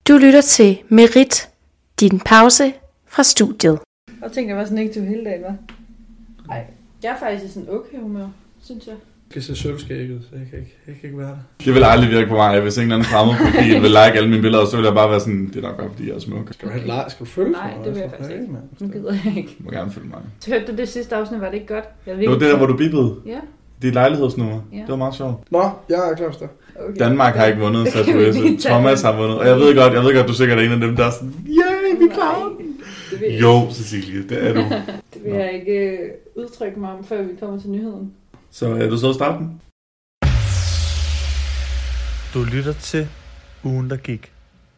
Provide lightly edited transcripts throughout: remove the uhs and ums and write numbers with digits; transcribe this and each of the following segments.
Du lytter til Merit, din pause fra studiet. Jeg tænkte, jeg var sådan negativ hele dagen, hva'? Nej, jeg er faktisk i sådan okay humør, synes jeg. Jeg skal se sølvskægget, så jeg kan ikke være der. Det vil aldrig virke på mig, hvis ingen anden fremmed profil vil like alle mine billeder, så vil jeg bare være sådan, det er nok bare fordi jeg er smuk. Skal du have et like? Skal du følge Nej, det vil jeg faktisk ikke. Nu gider jeg ikke. Du må gerne følge mig. Så hørte du det sidste afsnit, var det ikke godt? Det var det der, hvor du bippede? Ja. Dit lejlighedsnummer. Ja. Det var meget sjovt. Nå, jeg er klar. Okay. Danmark har ikke vundet, så Thomas har vundet. Og jeg ved godt, du sikkert er en af dem, der er sådan, vi klarer den. Jo, Cecilie, det er du. Det vil jeg ikke udtrykke mig om, før vi kommer til nyheden. Så er du så starten? Du lytter til Ugen, der gik.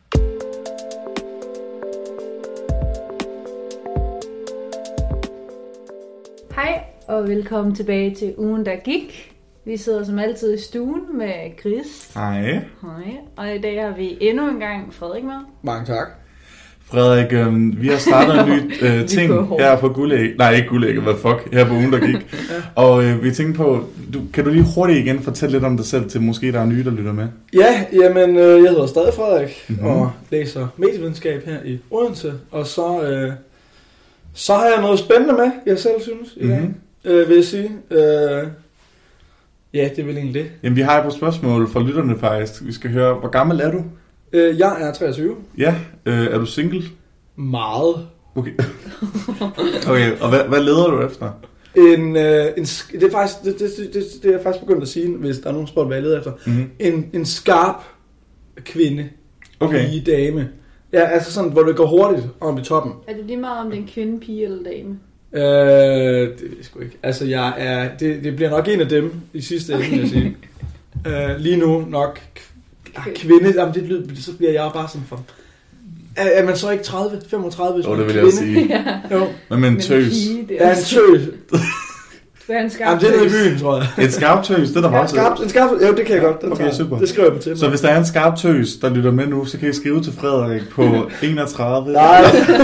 Hej, og velkommen tilbage til Ugen, der gik. Vi sidder som altid i stuen med Chris. Hej. Hej. Og i dag har vi endnu en gang Frederik med. Mange tak. Frederik, vi har startet en ny ting her på Guldæg. Nej, ikke Guldæg, hvad fuck, her på Ugen, der gik. Og vi tænkte på, kan du lige hurtigt igen fortælle lidt om dig selv, til måske der er nye, der lytter med? Ja, jamen, jeg hedder stadig Frederik, og læser medievidenskab her i Odense. Og så har jeg noget spændende med, jeg selv synes, i dag, vil jeg sige. Ja, det er vel egentlig det. Jamen, vi har et par spørgsmål fra lytterne faktisk. Vi skal høre, hvor gammel er du? Jeg er 23. Ja, er du single? Meget. Okay, og hvad leder du efter? Det er jeg faktisk begyndt at sige, hvis der er nogen spørgsmål, hvad jeg leder efter. En skarp kvinde. Okay. Pige, dame. Ja, altså sådan, hvor det går hurtigt om i toppen. Er det lige meget om det er en kvinde, pige eller dame? Det ved jeg sgu ikke. Altså, det bliver nok en af dem i sidste ende, vil jeg sige. Lige nu nok kvinde. Jamen, det lyder, så bliver jeg bare sådan for... Er man så ikke 30, 35? Jo, det vil jeg også sige. Ja. Jo. Men en tøs. Ja, en tøs. Du er en skarp tøs. Jamen, det er i byen, tror jeg. En skarp tøs, det er der meget En skarp, jo, det kan jeg godt. Okay, super. Det skriver jeg på til mig. Så hvis der er en skarp tøs, der lytter med nu, så kan I skrive til Frederik på 31. Nej.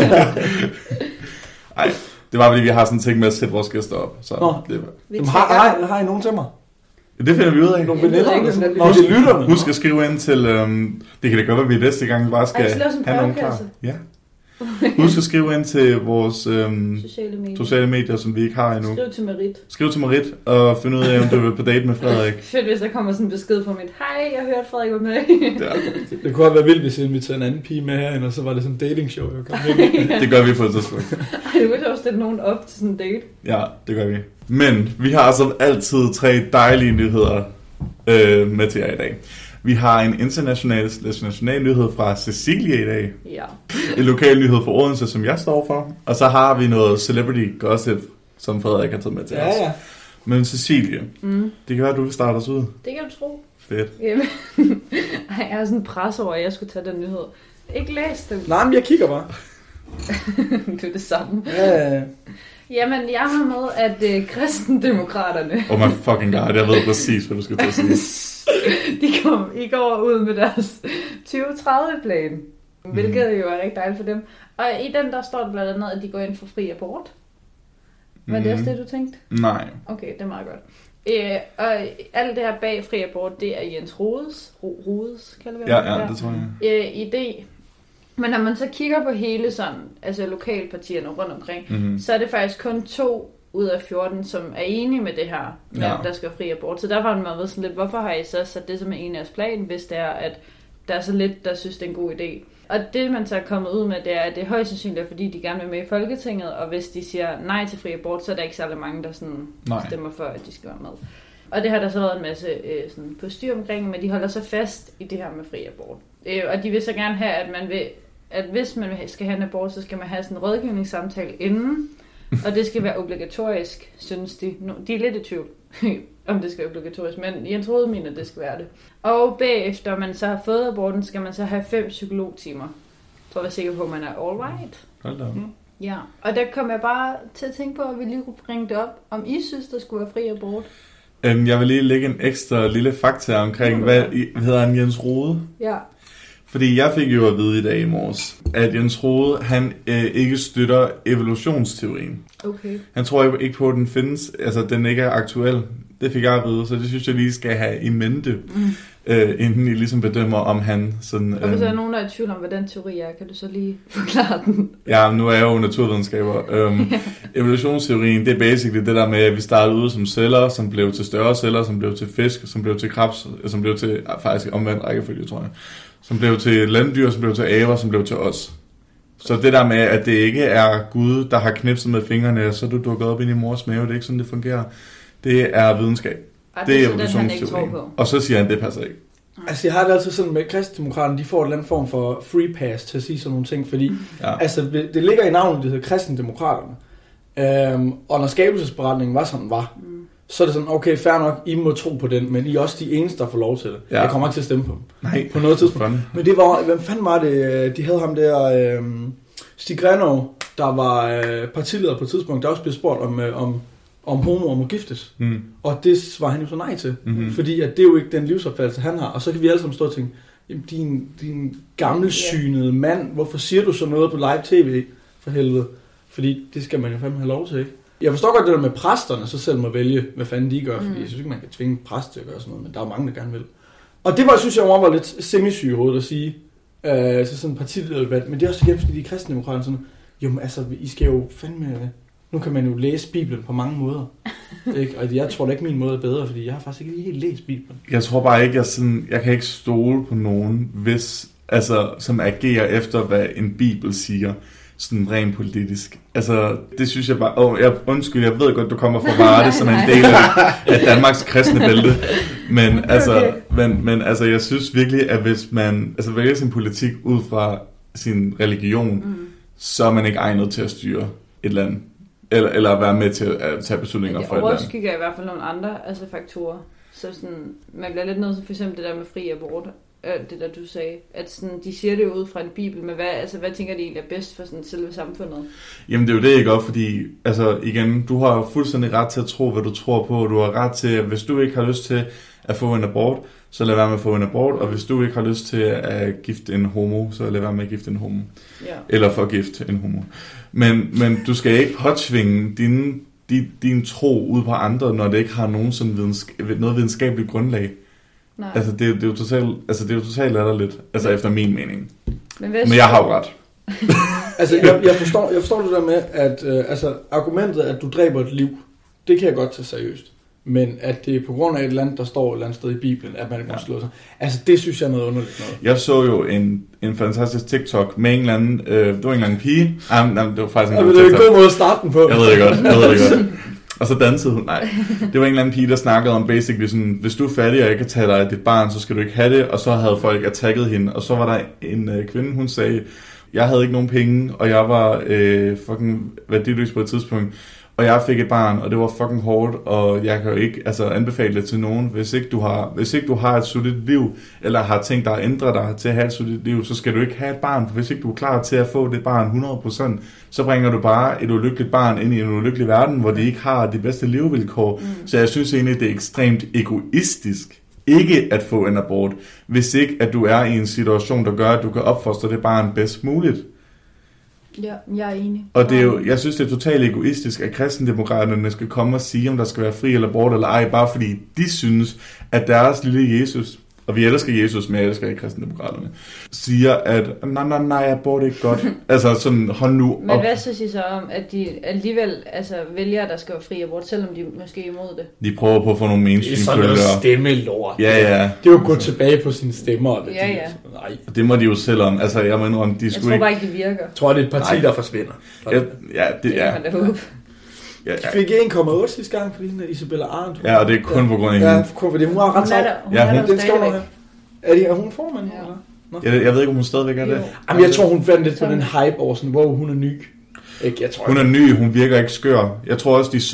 Ej, det var fordi, vi har sådan en ting med at sætte vores gæster op. Så det var... Har I nogen til mig? Det finder vi ud af. Nogle veninder. Husk at skrive ind til... det kan da godt være, at vi næste gang vi bare skal have nogen klar. Ja. Husk at skrive ind til vores sociale medier, som vi ikke har endnu. Skriv til Merit og find ud af, om du vil på date med Frederik. Fedt, hvis der kommer sådan en besked fra mit, hej, jeg hørte Frederik var med. Det kunne have været vildt, hvis jeg inviterede en anden pige med herinde, og så var det sådan en dating show. Det gør vi på et tidspunkt. Ej, du kunne også stille nogen op til sådan en date. Ja, det gør vi. Men vi har som altid 3 dejlige nyheder med til jer i dag. Vi har en national nyhed fra Cecilie i dag. Ja. En lokal nyhed fra Odense, som jeg står for. Og så har vi noget celebrity gossip, som Frederik har taget med til os. Ja. Men Cecilie, det kan være, at du vil starte os ud. Det kan du tro. Fedt. Jeg er sådan pres over, at jeg skulle tage den nyhed. Ikke læs den. Nej, men jeg kigger bare. Det er det samme. Ja. Jamen, jeg har med, at kristendemokraterne... Oh my fucking god, jeg ved præcis, hvad du skal til at sige. De kom i går ud med deres 2030-plan, hvilket jo er rigtig dejligt for dem. Og i den, der står der blandt andet, at de går ind for fri abort. Var det også det, du tænkte? Nej. Okay, det er meget godt. Og alt det her bag fri abort, det er Jens Rodes, kalder vi det? Ja, det tror jeg. Idé. Men når man så kigger på hele sådan, altså lokalpartierne rundt omkring, så er det faktisk kun 2 ud af 14, som er enige med det her, der skal fri abort. Så der var man ved sådan lidt, hvorfor har I så sat det som en af jeres plan, hvis det er, at der er så lidt, der synes, det er en god idé. Og det, man så er kommet ud med, det er, at det er højst sandsynligt, fordi de gerne vil med i Folketinget, og hvis de siger nej til fri abort, så er der ikke særlig mange, der sådan stemmer for, at de skal være med. Og det har der så været en masse sådan på styr omkring, men de holder så fast i det her med fri abort. Og de vil så gerne have, at hvis man skal have en abort, så skal man have sådan en rådgivningssamtale inden, og det skal være obligatorisk, synes de. De er lidt i tvivl, om det skal være obligatorisk, men Jens Rode mener, at det skal være det. Og bagefter man så har fået aborten, skal man så have 5 psykologtimer, for at være sikker på, at man er all right. Hold da. Ja, og der kom jeg bare til at tænke på, at vi lige kunne bringe det op, om I synes, der skulle være fri abort. Jeg vil lige lægge en ekstra lille fakta omkring, hvad hedder han, Jens Rode? Ja. Fordi jeg fik jo at vide i dag i morges, at Jens Rode, han ikke støtter evolutionsteorien. Okay. Han tror ikke på, at den findes, altså den ikke er aktuel. Det fik jeg at vide, så det synes jeg lige skal have i mente. inden I ligesom bedømmer, om han sådan... Og hvis der er nogen, der er i tvivl om, hvad den teori er, kan du så lige forklare den? Ja, nu er jeg jo naturvidenskaber. Evolutionsteorien, det er basically det der med, at vi startede ude som celler, som blev til større celler, som blev til fisk, som blev til krebs, som blev til, faktisk omvendt rækkefølge, tror jeg, som blev til landdyr, som blev til aber, som blev til os. Så det der med, at det ikke er Gud, der har knipset med fingrene, og så er du dukket op ind i mors mave, det er ikke sådan, det fungerer. Det er videnskab. Det er evolutionsteorien. Og så siger han, det passer ikke. Altså jeg har det altid sådan med kristendemokraterne, de får en eller anden form for free pass til at sige sådan nogle ting, fordi altså, det ligger i navnet, det hedder kristendemokraterne. Og når skabelsesberetningen var som den var, så er det sådan, okay, fair nok, I må tro på den, men I er også de eneste, der får lov til det. Ja. Jeg kommer ikke til at stemme på dem. Nej, på noget tidspunkt. Men det var, hvem fanden var det, de havde ham der, Stig Grenov, der var partileder på et tidspunkt, der også blev spurgt om homoer må giftes. Og det var han jo så nej til. Fordi at det er jo ikke den livsopfattelse, han har. Og så kan vi alle sammen stå og tænke, din gammelsynede mand, hvorfor siger du så noget på live tv for helvede? Fordi det skal man jo fandme have lov til, ikke? Jeg forstår godt det der med præsterne, så selv må vælge, hvad fanden de gør, fordi jeg synes ikke, man kan tvinge præst til at gøre sådan noget, men der er jo mange, der gerne vil. Og det var, synes jeg, var lidt semisyge hovedet at sige, så sådan en partilederdebat, men det er også igen, fordi de kristendemokraterne sådan, jo, men altså, I skal jo fandme, nu kan man jo læse Bibelen på mange måder, ikke? Og jeg tror da ikke, min måde er bedre, fordi jeg har faktisk ikke helt læst Bibelen. Jeg tror bare ikke, jeg kan ikke stole på nogen, som agerer efter, hvad en Bibel siger. Sådan rent politisk. Altså, det synes jeg bare... jeg ved godt, du kommer fra Varde, som er en del af Danmarks kristne bælte. Men altså, men altså, jeg synes virkelig, at hvis man vælger sin politik ud fra sin religion, så er man ikke egnet til at styre et land. Eller være med til at tage beslutninger for et land. Det overskygger i hvert fald nogle andre faktorer. Så sådan, man bliver lidt nødt til for eksempel det der med fri abort. Det der du sagde, at sådan, de siger det jo ud fra en bibel, men hvad tænker de egentlig er bedst for sådan selve samfundet? Jamen det er jo det ikke, fordi igen, du har jo fuldstændig ret til at tro, hvad du tror på, og du har ret til, at hvis du ikke har lyst til at få en abort, så lad være med at få en abort, og hvis du ikke har lyst til at gifte en homo, så lad være med at gifte en homo. Ja. Eller for at gifte en homo. Men du skal ikke påtvinge din tro ud på andre, når det ikke har noget videnskabeligt grundlag. Nej. Altså det er jo totalt latterligt, efter min mening. Men jeg har jo ret. Jeg forstår det der med, at argumentet, at du dræber et liv, det kan jeg godt tage seriøst. Men at det er på grund af et land, der står et eller andet sted i Bibelen, at man kan slå sig. Altså det synes jeg er noget underligt noget. Jeg så jo en fantastisk TikTok med en eller anden, det var en eller anden pige. Det var faktisk en god TikTok. Det er en god måde at starte den på. Jeg ved det godt. Og så dansede hun. Nej, det var en eller anden pige, der snakkede om basically sådan, hvis du er fattig og ikke kan tage dig af dit barn, så skal du ikke have det. Og så havde folk attacket hende. Og så var der en kvinde, hun sagde, jeg havde ikke nogen penge, og jeg var fucking værdiløs på et tidspunkt. Og jeg fik et barn, og det var fucking hårdt, og jeg kan jo ikke anbefale det til nogen. Hvis ikke du har et solidt liv, eller har tænkt dig at ændre dig til at have et solidt liv, så skal du ikke have et barn. For hvis ikke du er klar til at få det barn 100%, så bringer du bare et ulykkeligt barn ind i en ulykkelig verden, hvor de ikke har de bedste levevilkår. Så jeg synes egentlig, det er ekstremt egoistisk ikke at få en abort, hvis ikke at du er i en situation, der gør, at du kan opfostre det barn bedst muligt. Ja, jeg er enig. Og det er jo, jeg synes, det er totalt egoistisk, at kristendemokraterne skal komme og sige, om der skal være fri eller abort eller ej, bare fordi de synes, at deres lille Jesus, og vi elsker Jesus, men jeg elsker ikke kristendemokraterne, siger, at nej, abort er ikke godt. Sådan, hold nu op. Men hvad synes I så om, at de alligevel vælger, at der skal være fri abort, selvom de måske er imod det? De prøver på at få nogle mainstream-følgere. Det er sådan noget stemmelort. Ja. Det er jo gået tilbage på sine stemmer. Ja. Nej. Det må de jo selv om. Jeg må indrømme, de skulle ikke... Jeg tror bare ikke, det virker. Jeg tror, det er et parti, der forsvinder. Det er. Man da håbe. Ja. De fik 1,8 sidste gang, fordi den er Isabella Arendt. Ja, og det er kun på grund af hende. Ja, kun fordi hun har ret travlt. Den står der. Er hun formand? Ja. Jeg ved ikke, om hun stadigvæk er det. Jamen, jeg tror, hun fandt lidt på den hype over sådan, wow, hun er ny. Hun er ny, hun virker ikke skør. Jeg tror også, vi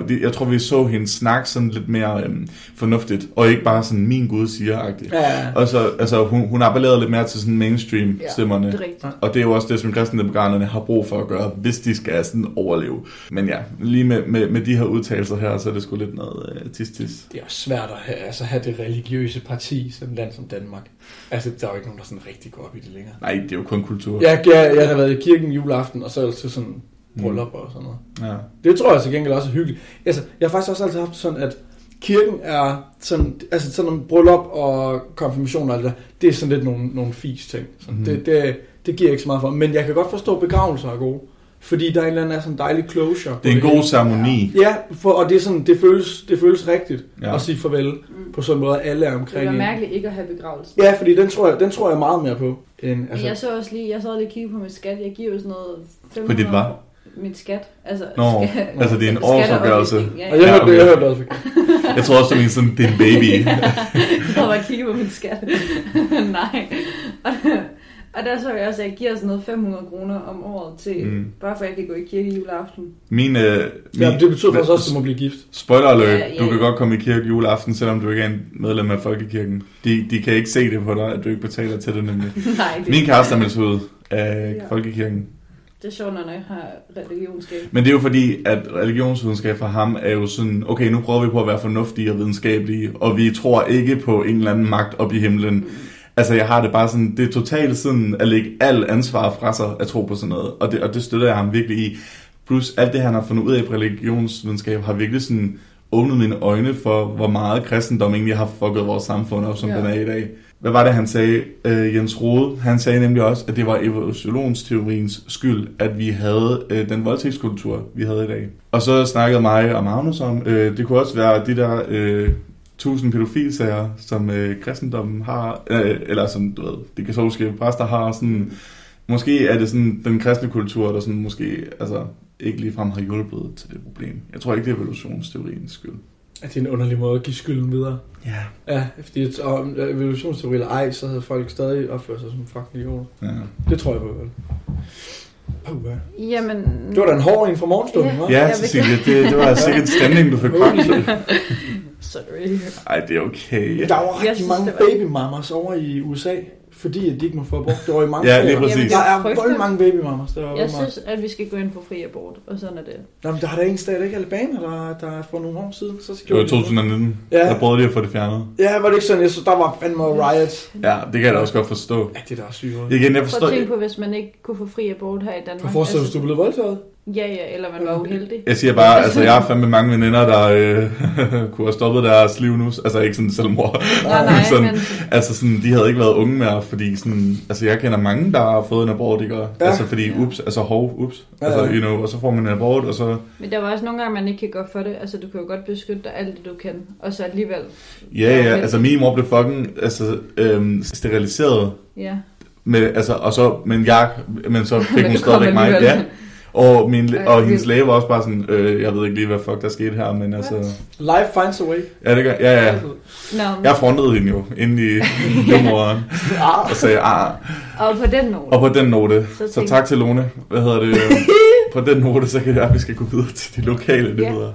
så hende snakke sådan lidt mere fornuftigt, og ikke bare sådan, min Gud siger-agtigt. Ja. Og så, hun appellerede lidt mere til sådan mainstream-stemmerne. Ja, det er rigtigt. Og det er jo også det, som kristendemokraterne har brug for at gøre, hvis de skal sådan overleve. Men ja, lige med de her udtalelser her, så er det sgu lidt noget tis. Det er også svært at have det religiøse parti i sådan et land som Danmark. Der er jo ikke nogen, der sådan rigtig går op i det længere. Nej, det er jo kun kultur. Jeg har været i kirken juleaften, og så til sådan bryllup og sådan noget. Ja. Det tror jeg til gengæld også er hyggeligt. Jeg har faktisk også altid haft sådan, at kirken er sådan, altså sådan nogle bryllup og konfirmation og alt det er sådan lidt nogle fis ting. Det giver ikke så meget for. Men jeg kan godt forstå, at begravelser er gode. Fordi der er en eller anden sådan dejlig closure. Det er en god ceremoni. Ja, og det er sådan, det føles rigtigt at sige farvel på sådan en måde, alle er omkring. Det var mærkeligt ikke at have begravelse. Ja, fordi den tror jeg meget mere på. End, altså. Jeg sad lige og kiggede på mit skat. Jeg giver jo sådan noget 500. På dit hvad? Mit skat. Altså, altså det er en årsopgørelse. Ja. Og jeg hørte også. Jeg tror også, det er sådan, det er en baby. Jeg sad bare og kiggede på mit skat. Nej. Og der så jeg også, at jeg giver sådan noget 500 kroner om året til, bare for at jeg kan gå i kirke juleaften. Det betyder faktisk også, at du må blive gift. Spoiler alert, du kan godt komme i kirke juleaften, selvom du ikke er en medlem af folkekirken. De kan ikke se det på dig, at du ikke betaler til det nemlig. Nej, min kæreste er meldt ud af folkekirken. Det er sjovt, når jeg har religionsskab. Men det er jo fordi, at religionsvidenskab for ham er jo sådan, okay, nu prøver vi på at være fornuftige og videnskabelige, og vi tror ikke på en eller anden magt op i himlen. Altså, jeg har det bare sådan, det er totalt sådan at lægge al ansvar fra sig at tro på sådan noget. Og det støtter jeg ham virkelig i. Plus alt det, han har fundet ud af på religionsvidenskab, har virkelig sådan åbnet mine øjne for, hvor meget kristendom egentlig har fucket vores samfund op, som den er i dag. Hvad var det, han sagde? Jens Rode, han sagde nemlig også, at det var evolutionsteoriens skyld, at vi havde den voldtægtskultur, vi havde i dag. Og så snakkede mig og Magnus om, det kunne også være de der 1000 pædofilsager, som kristendommen har, eller som du ved, de katolske præster har. Sådan, måske er det sådan den kristne kultur, der sådan måske altså ikke ligefrem har hjulpet til det problem. Jeg tror ikke, det er evolutionsteoriens skyld. At det er en underlig måde at give skylden videre. Ja. Ja, fordi evolutionsteori eller ej, så havde folk stadig opført sig som fucking idioter. Ja. Det tror jeg på. Jamen... Det var da en hård en fra morgenstunden, hva'? Ja, Cecilie, det var sikkert en stemning, du fik bragt. Sorry. Ej, det er okay. Der var rigtig mange babymamas over i USA, fordi at de ikke må få abort. Det var i mange ja, lige præcis. Der er vold mange babymamas. Jeg synes, at vi skal gå ind på fri abort, og sådan er det. Jamen, der er der en stat, ikke Alabama, der for nogle år siden. Så det var i 2019, der prøvede de at få det fjernet. Ja, var det ikke sådan? Jeg så der var fandme riot. Ja, det kan jeg da også godt forstå. Ja, det er da også sygt. Igen, jeg forstår. Prøv at tænke på, hvis man ikke kunne få fri abort her i Danmark. For forestil dig, hvis du blev voldtaget. Ja, eller man var uheldig. Jeg siger bare, altså jeg har fandme mange veninder, der kunne have stoppet deres liv nu. Altså ikke sådan selvmord. Nej, sådan, men... Altså sådan, de havde ikke været unge mere, fordi sådan, altså jeg kender mange, der har fået en abort, ikke? Altså fordi, altså you know, og så får man en abort, og så... Men der var også nogle gange, man ikke kan gå for det. Altså du kan jo godt beskytte dig alt det, du kan, og så alligevel... Ja, altså min mor blev fucking steriliseret. Ja. Med, altså, og så, men så fik hun stadigvæk mig. Ja. Og hendes læge var også bare sådan, jeg ved ikke lige, hvad fuck der skete her, men altså... Life finds a way. Ja, det gør, ja. Jeg frontede hende jo, inde i jordmoderen, og sagde, Og på den note, så tak til Lone. Hvad hedder det? På den note, så kan det være, at vi skal gå videre til de lokale nyheder.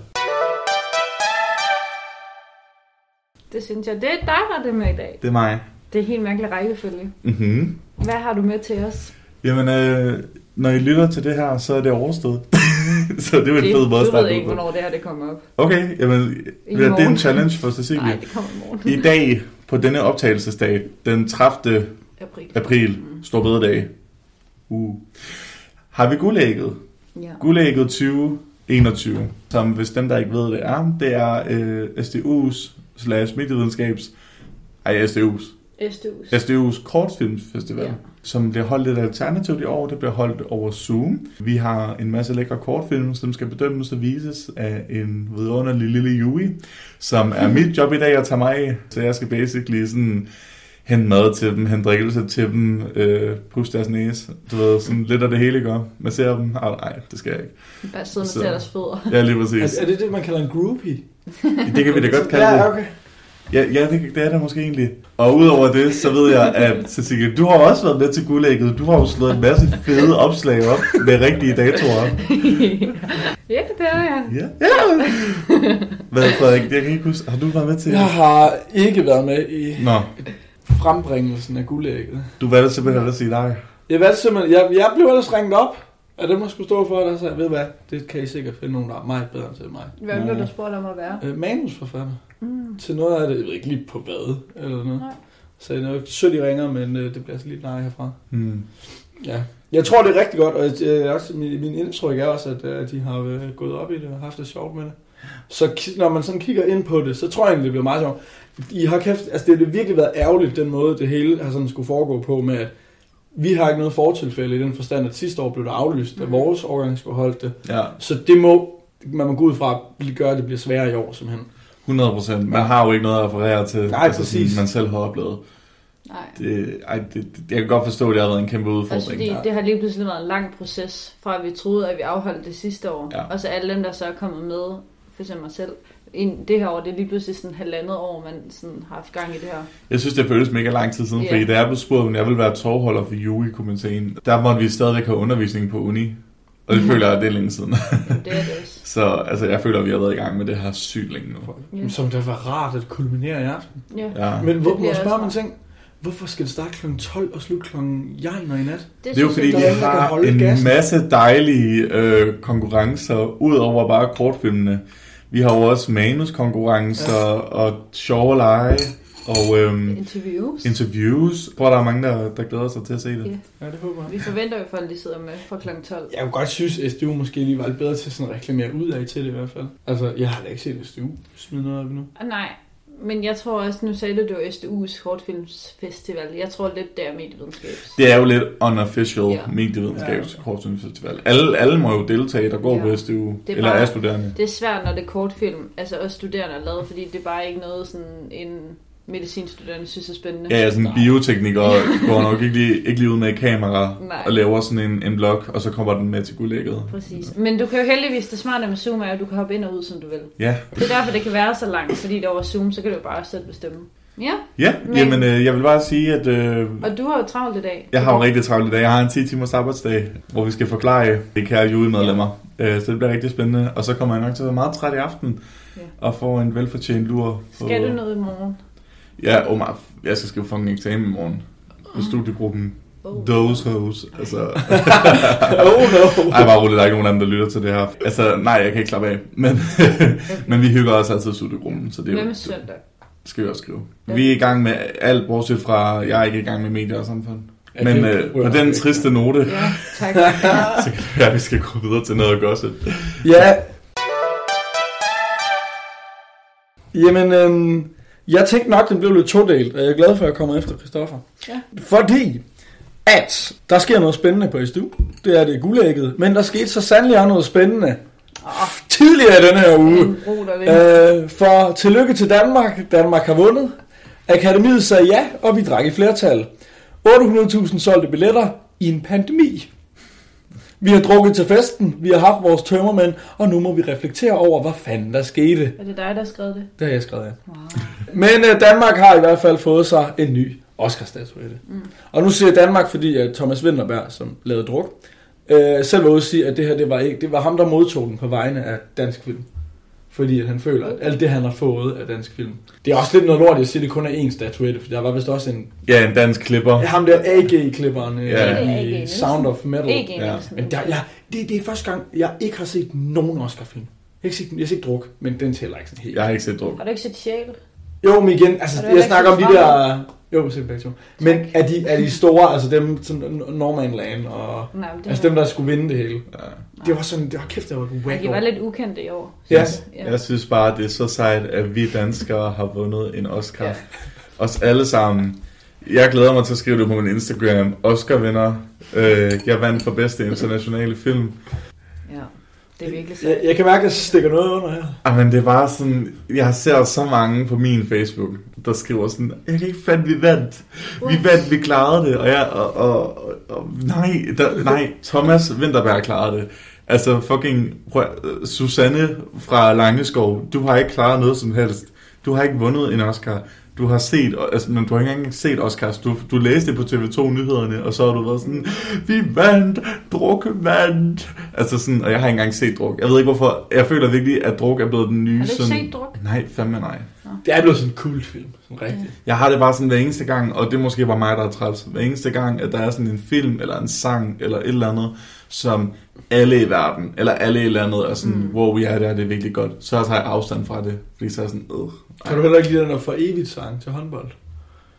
Det synes jeg, det er dig, der er det med i dag. Det er mig. Det er helt mærkelig rækkefølge. Mm-hmm. Hvad har du med til os? Jamen, når I lytter til det her, så er det overstået. Så det er jo en fed måde at starte. Du ved ikke, hvornår det her det kommer op. Okay, jamen, det er en challenge for Cecilie. Nej, det kommer i morgen. I dag, på denne optagelsesdag, den 30. april stor bededag, har vi guldægget. Ja. Guldægget 2021, som hvis dem, der ikke ved det er SDU's kortfilmsfestival, som bliver holdt lidt alternativt i år. Det bliver holdt over Zoom. Vi har en masse lækre kortfilm, som skal bedømmes og vises af en vidunderlig lille Yui, som er mit job i dag at tage mig af. Så jeg skal basically sådan hente mad til dem, hente drikkelse til dem, pusse deres næse. Du ved, sådan lidt af det hele gør. Man ser dem. Nej, det skal jeg ikke. Bare sidde med deres fødder. Ja, lige præcis. Er det det, man kalder en groupie? Det kan vi da godt kalde det. Ja, okay. Ja, det er det måske egentlig. Og udover det, så ved jeg, at Cecilie, du har også været med til guldægget. Du har jo slået en masse fede opslag op med rigtige datoer. Ja, det er jeg. Ja. Hvad, Frederik? Jeg kan ikke huske. Har du været med til? Jeg har ikke været med i frembringelsen af guldægget. Du valgte simpelthen at sige nej. Jeg blev ellers ringet op af dem, der skulle stå for det, og sagde, ved hvad, det kan I sikkert finde nogen, der er meget bedre til mig. Hvad blev du spurgt om at være? Manusforfatter. Til noget af det, jeg ved ikke lige på hvad, eller noget. Nej. Så jeg sødt, I ringer, men det bliver altså lige nej herfra. Ja. Jeg tror, det er rigtig godt, og også, min indtryk er også, at de har gået op i det og haft det sjovt med det. Så når man sådan kigger ind på det, så tror jeg egentlig, det bliver meget sjovt. I har kæft, altså det har virkelig været ærgerligt, den måde det hele har sådan skulle foregå på med, at vi har ikke noget fortilfælde i den forstand, at sidste år blev det aflyst, at vores årgang skulle holde det. Ja. Så det man må gå ud fra, at gøre, at det bliver sværere i år, simpelthen. 100%. Man har jo ikke noget at referere til, nej, præcis. Man selv har oplevet. Nej. Jeg kan godt forstå, at det har været en kæmpe udfordring. Altså, det har lige pludselig været en lang proces, fra at vi troede, at vi afholdt det sidste år. Ja. Og så alle dem, der så er kommet med, for eksempel mig selv, det her år, det er lige pludselig sådan 1,5 år, man sådan har haft gang i det her. Jeg synes, det føles mega lang tid siden, fordi da jeg blev spurgt, om jeg ville være tovholder for UI-komiteen, der måtte vi stadigvæk have undervisning på uni. Og det føler jeg, det er længe siden. Det er det også. Så altså, jeg føler, at vi har været i gang med det her sygt længe nu. Ja. Som det var rart at kulminere i aften. Ja. Men må jeg spørge mig en ting? Hvorfor skal det starte kl. 12 og slutte kl. 1 i nat? Det er jo fordi, vi har en masse dejlige konkurrencer, ud over bare kortfilmene. Vi har jo også manuskonkurrencer og sjove lege og interviews. Jeg tror, der er mange, der glæder sig til at se det. Ja, det håber jeg. Vi forventer jo, at de sidder med fra kl. 12. Jeg kunne godt synes, at SDU måske lige var lidt bedre til sådan at reklamere ud af til det i hvert fald. Altså, jeg har da ikke set SDU smide noget op endnu. Nej, men jeg tror også, nu sagde du, det var SDU's kortfilmsfestival. Jeg tror lidt, det er medievidenskabs. Det er jo lidt unofficial medievidenskabs kortfilmsfestival. Alle må jo deltage, der går på SDU, eller er studerende. Det er svært, når det er kortfilm, altså også studerende er lavet, fordi det er bare ikke noget sådan en medicinstuderende synes er spændende. Ja, sådan en biotekniker går nok ikke lige ud med et kamera og laver sådan en blog, og så kommer den med til guldægget. Præcis. Men du kan jo heldigvis, det smarte med Zoom er, at du kan hoppe ind og ud, som du vil. Ja. Det er derfor, det kan være så langt, fordi det over Zoom, så kan du jo bare selv bestemme. Ja, jamen jeg vil bare sige, at... og du har jo travlt i dag. Jeg har jo rigtig travlt i dag. Jeg har en 10 timers arbejdsdag, hvor vi skal forklare det kære julemedlemmer. Så det bliver rigtig spændende. Og så kommer jeg nok til at være meget træt i aften, og få en velfortjent lur. Skal du noget i morgen? Ja, Omar, jeg skal skrive fucking eksamen i morgen. På studiegruppen. Those hoes. Altså. No. Ej, bare roligt, der er ikke nogen anden, der lytter til det her. Altså, nej, jeg kan ikke slappe af. Men vi hygger også altid studiegruppen. Så det er hvad med søndag? Skal vi også skrive. Ja. Vi er i gang med alt, bortset fra, jeg er ikke i gang med medier og samfund. Men på den triste note, tak. Så kan det være, at vi skal gå videre til noget gossip. Ja. Jamen, jeg tænkte nok, den blev lidt todelt, og jeg er glad for, at jeg kommer efter Christoffer. Ja. Fordi, at der sker noget spændende på SDU. Det er det guldægget. Men der skete så sandelig også noget spændende tidligere i denne her uge. For tillykke til Danmark. Danmark har vundet. Akademiet sagde ja, og vi drak i flertal. 800.000 solgte billetter i en pandemi. Vi har drukket til festen, vi har haft vores tømmermænd, og nu må vi reflektere over, hvad fanden der skete. Er det dig, der har skrevet det? Det har jeg skrevet, ja. Wow. Men Danmark har i hvert fald fået sig en ny Oscar-statuette. Og nu siger Danmark, fordi at Thomas Vinterberg, som lavede druk, selv var ude at sige, at det her, det var ham, der modtog den på vegne af dansk film. Fordi at han føler, at alt det, han har fået af dansk film. Det er også lidt noget lort, jeg siger, det kun er én statuette, for der var vist også en... Ja, en dansk klipper. Ham der AG-klipperen i Sound of Metal. Men det er første gang, jeg ikke har set nogen Oscar-film. Jeg har set druk, men den tæller ikke sådan helt. Jeg har ikke set druk. Har du ikke set Sjæl? Jo, men igen, altså jeg snakker om de der... Jo, set begge to. Men er de store, altså dem som Normanland og... Nej, altså dem, der skulle vinde det hele. Ja. Det var sådan, det var kæft, det var wack. De var lidt ukendte i år. Ja. Jeg synes bare, det er så sejt, at vi danskere har vundet en Oscar. Ja. Os alle sammen. Jeg glæder mig til at skrive det på min Instagram. Oscar-vinder. Jeg vandt for bedste internationale film. Ja. Det er virkelig sejt. Jeg kan mærke, at jeg stikker noget under her. Men det var sådan... Jeg ser så mange på min Facebook, der skriver sådan... Jeg kan ikke fandt, vi vandt. Vi vandt, vi klarede det. Og nej, Thomas Vinterberg klarede det. Altså fucking... Susanne fra Langeskov, du har ikke klaret noget som helst. Du har ikke vundet en Oscar. Du har set, altså, men du har ikke engang set Oscars. Du læste det på TV2-nyhederne, og så har du været sådan, vi vandt, druk vandt. Altså sådan, og jeg har ikke engang set druk. Jeg ved ikke hvorfor, jeg føler virkelig, at druk er blevet den nye. Har du ikke set druk? Nej, fandme nej. Det er blevet sådan en kultfilm, sådan rigtigt. Jeg har det bare sådan hver eneste gang, og det måske bare mig, der er træls. Hver eneste gang, at der er sådan en film, eller en sang, eller et eller andet, som alle i verden, eller alle i landet er sådan, wow, ja, det er virkelig godt. Så tager jeg afstand fra det, fordi så er sådan, Kan du heller ikke lide den der for evigt sang til håndbold?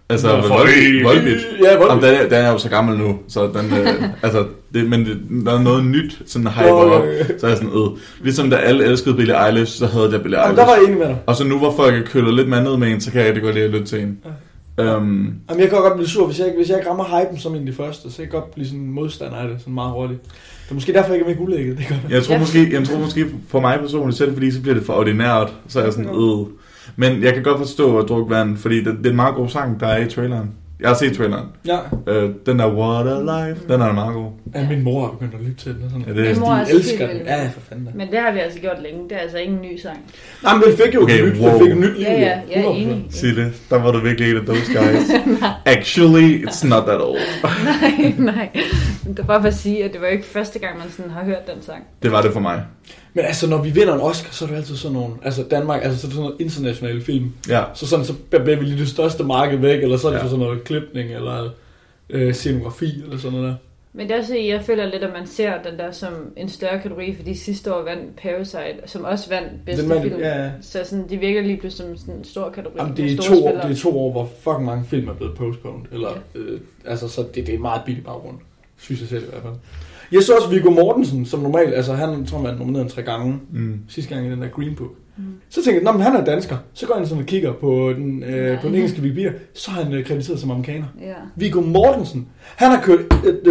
Altså, Volbeat. Ja, Volbeat. Den er jo så gammel nu, så den, men der er noget nyt, sådan hyper op, så er jeg sådan, Ligesom da alle elskede Billie Eilish, så havde jeg Billie Eilish. Der var jeg enig med dig. Og så nu, hvor folk køler lidt mandet med en, så kan jeg rigtig godt lide at lytte til en. Jamen, jeg kan godt blive sur, hvis jeg ikke rammer hypen som en af de første, så jeg kan godt blive sådan en modstander af det, sådan meget hurtigt. Det er måske derfor, jeg ikke er med guldægget. Jeg tror måske for mig personligt selv, fordi så bliver det for ordinært, så er jeg sådan, Men jeg kan godt forstå at drukke vand, fordi det er en meget god sang, der er i traileren. Jeg har set traileren. Ja. Den der What a Life, den er meget god. Ja, min mor har begyndt at lytte til den. Sådan. Ja, min mor de elsker den. Ja, for fanden. Men det har vi altså gjort længe. Det er altså ikke en ny sang. Nej, men det fik jo et nyt liv. Ja, jeg er enig. Sig det. Der var du virkelig et af those guys. Actually, it's not that old. nej. Det er bare for at sige, at det var ikke første gang, man sådan har hørt den sang. Det var det for mig. Men altså, når vi vinder en Oscar, så er det altid sådan nogle, altså Danmark, altså så er det sådan noget internationale film. Ja. Så bliver vi lige det største marked væk, eller så er det for sådan noget klipning, eller scenografi, eller sådan noget der. Men det er også, jeg føler lidt, at man ser den der som en større kategori, fordi sidste år vandt Parasite, som også vandt bedste film. Ja. Så sådan, de virker lige pludselig som sådan en stor kategori. Jamen, det er 2 år, hvor fucking mange film er blevet postponed. Eller, altså, så det er en meget billig baggrund, synes jeg selv i hvert fald. Jeg så også Viggo Mortensen, som normalt, altså han tror man er nomineret 3 gange, sidste gang i den der Green Book. Så tænkte jeg, han er dansker. Så går han sådan og kigger på den engelske Wikipedia, så er han krediteret som amerikaner. Ja. Viggo Mortensen, han har kørt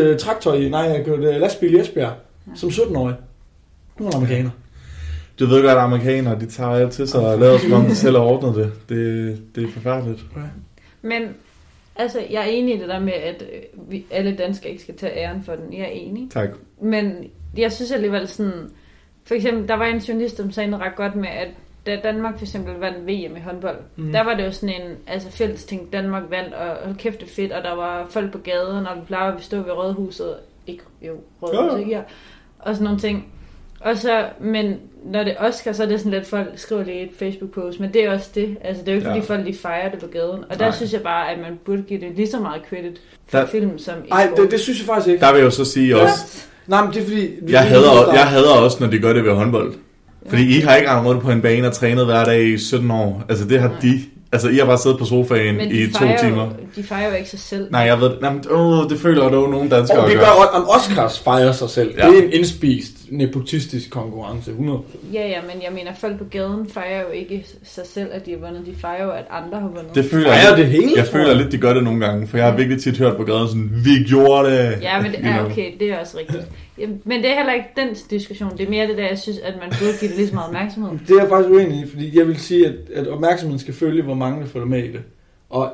et lastbil i Esbjerg som 17-årig. Nu er han amerikaner. Du ved godt, at amerikanere, de tager alt til sig og laver som om de selv har ordnet det. Det er forfærdeligt. Okay. Men altså, jeg er enig i det der med, at alle danskere ikke skal tage æren for den. Jeg er enig. Tak. Men jeg synes alligevel sådan, for eksempel, der var en journalist, som sagde noget ret godt med, at da Danmark for eksempel vandt VM i håndbold, der var det jo sådan en fælles ting, Danmark vandt, og kæft det fedt, og der var folk på gaden, og vi plejede at stå ved Rådhuset, Rådhuset, ikke her, og sådan nogle ting. Og så, men når det er Oscar, så er det sådan lidt, folk skriver lige et Facebook-post, men det er også det. Altså, det er jo ikke, fordi folk de fejrer det på gaden. Og der synes jeg bare, at man burde give det lige så meget credit for film som i sport. Nej, det synes jeg faktisk ikke. Der vil jeg jo så sige også... Nej, men det er fordi... Jeg hader også, når de gør det ved håndbold. Fordi I har ikke rendt rundt på en bane og trænet hver dag i 17 år. Altså, det har de... Altså, I har bare siddet på sofaen i 2 timer. De fejrer jo ikke sig selv. Nej, jeg ved det. Det føler jeg dog nogle danskere det gør Oscars fejrer sig selv. Ja. Det er en indspist, nepotistisk konkurrence, 100%. Ja, men jeg mener, folk på gaden fejrer jo ikke sig selv, at de har vundet. De fejrer jo, at andre har vundet. Det føler jeg føler lidt, de gør det nogle gange. For jeg har virkelig tit hørt på gaden sådan, vi gjorde det. Ja, men det er okay. Det er også rigtigt. Men det er heller ikke den diskussion. Det er mere det der, jeg synes, at man burde give det lige så meget opmærksomhed. Det er jeg faktisk uenig i, fordi jeg vil sige, at opmærksomheden skal følge, hvor mange der følger med i det. Og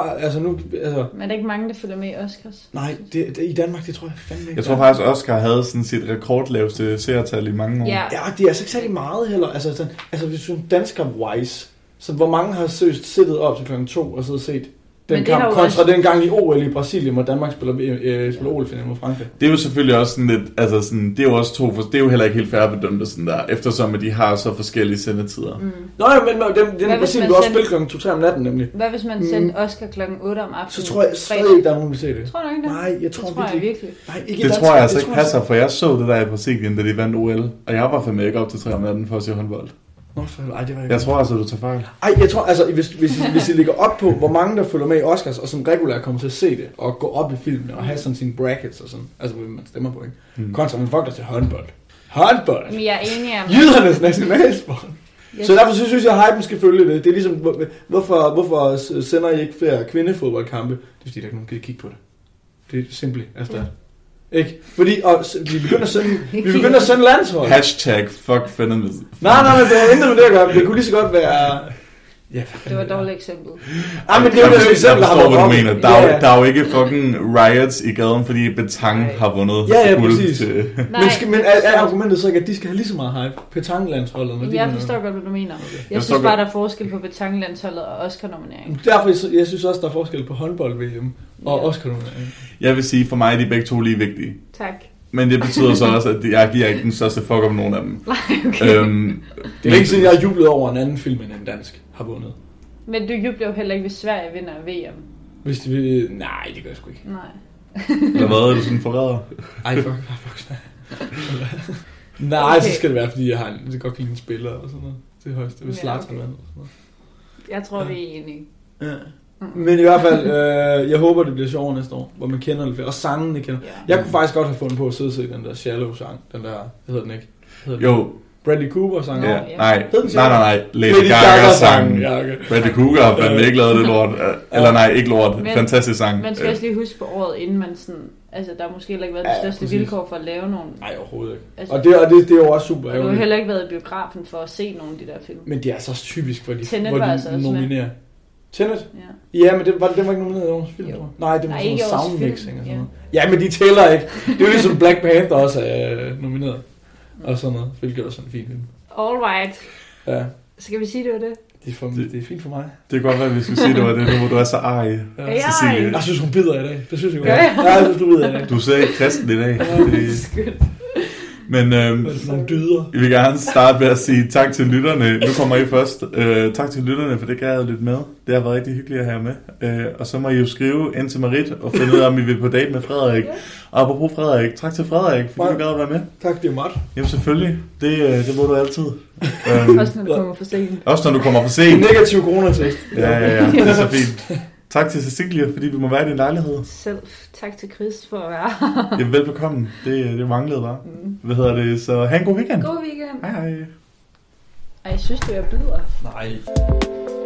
men er der ikke mange, der følger med i Oscars? Nej, det i Danmark, det tror jeg fandme ikke. Jeg tror faktisk, Oscar havde sådan sit rekordlaveste seertal i mange år. Ja, det er altså ikke særlig meget heller. Altså hvis du dansker-wise, så hvor mange har seriøst siddet op til klokken 2 og så set den kamp, kontra den gang i OL i Brasilien, hvor Danmark spiller OL-finalen mod Frankrig. Det er jo selvfølgelig også sådan lidt, altså sådan, det er jo også det er jo heller ikke helt fair bedømt sådan der, eftersom at de har så forskellige sendetider. Nå ja, men den Brasilien vil også spille klokken 2-3 om natten nemlig. Hvad hvis man sendte Oscar klokken 8 om aftenen? Så tror jeg stadig ikke, der er nogen, der ser det. Tror du ikke det? Nej, jeg tror virkelig. Nej, ikke det tror jeg altså ikke passer, for jeg så det der i Brasilien, da de vandt OL, og jeg var fandme ikke op til 3 om natten for at se håndbold. Jeg tror altså, du tager fejl. Jeg tror altså, hvis I ligger op på, hvor mange der følger med i Oscars, og som regulært kommer til at se det, og gå op i filmene, og have sådan sine brackets og sådan, altså hvem man stemmer på, ikke? Kontra med folk, der til håndbold. Håndbold! Men jeg er enig om... Jydernes nationalsport! Så derfor synes jeg, at hypen skal følge det. Det er ligesom, hvorfor sender I ikke flere kvindefodboldkampe? Det er fordi, der ikke nogen kan kigge på det. Det er simpelt, altså. Ikke? Fordi vi begynder at sende landshold. Hashtag fuck feminism. Nej, det har intet med det at gøre. Det kunne lige så godt være... Ja, det var et dårligt eksempel. Men det er jo et eksempel, der har været. Jeg forstår, hvad du mener. Der er jo ikke fucking riots i gaden, fordi Betang har vundet. Ja, præcis. Men er argumentet så ikke, at de skal have lige så meget hype? Betang-landsholdet. Jeg forstår godt, hvad du mener. Jeg synes bare, der er forskel på Betang-landsholdet og Oscar-nomineringen. Derfor, jeg synes også, der er forskel på håndbold-VM og Oscar-nomineringen. Jeg vil sige, for mig er de begge to lige vigtige. Tak. Men det betyder så også, at jeg giver ikke den største fuck om nogen af dem. Nej, okay. Det er ikke siden, jeg har jublet over en anden film, end en dansk har vundet. Men du jubler jo heller ikke, hvis Sverige vinder VM. Hvis de vil... Nej, det gør jeg sgu ikke. Nej. Eller hvad? Er du sådan forræder? Ej, fuck. Nej, okay. Så skal det være, fordi jeg har det godt lide en spiller og sådan noget. Det er højst. Det vil Zlatan og sådan noget. Jeg tror, vi er enige. Ja. Men i hvert fald, jeg håber, det bliver sjovere næste år, hvor man kender lidt. Og sangene kender. Jeg kunne faktisk godt have fundet på at sidde og se den der Shallow-sang. Den der, hedder den ikke? Jo. Bradley Cooper-sang. Ja. Nej. Lady Gaga-sang. Ja, okay. Bradley Cooper har fandme ikke lavet det lort. Eller nej, ikke lort. Fantastisk sang. Man skal også lige huske på året, inden man sådan... Altså, der har måske heller ikke været de største vilkår for at lave nogle... Nej, overhovedet ikke. Altså, og det er jo også super ærgerligt. Du har heller ikke været i biografen for at se nogle af de der film. Men det er så typisk, hvor de nominerer. Tenet? Ja, men den var ikke nomineret i årets film, tror jeg. Nej, det var sådan noget soundmixing og sådan noget. Ja, men de tæller ikke. Det er jo ligesom Black Panther også er nomineret. Og sådan noget, hvilket også er en fin film. Alright. Ja. Skal vi sige, det var det? Det er fint for mig. Det kan godt være, at vi skal sige, det var det, hvor du er så arg. Cecilie. Jeg synes, hun bider i dag. Det synes jeg godt. Ja, jeg synes, du bider i dag. Du ser ikke kristen i dag. Skønt. Men vi vil gerne starte med at sige tak til lytterne. Nu kommer I først. Tak til lytterne, for det kan jeg lidt med. Det har været rigtig hyggeligt at have med. Og så må I jo skrive ind til Marit og finde ud af, om I vil på date med Frederik. Og apropos Frederik, tak til Frederik, fordi du gad at være med. Tak, det er meget. Jamen selvfølgelig, det må du altid. Også når du kommer for sent. Også når du kommer for sent. Negativ coronatest. Ja, det er så fint. Tak til Cecilie, fordi vi må være i din lejlighed. Selv tak til Chris for at være her. Jamen velbekomme. Det manglede bare. Hvad hedder det? Så have en god weekend. God weekend. Hej hej. Ej, jeg synes, du er bedre. Nej.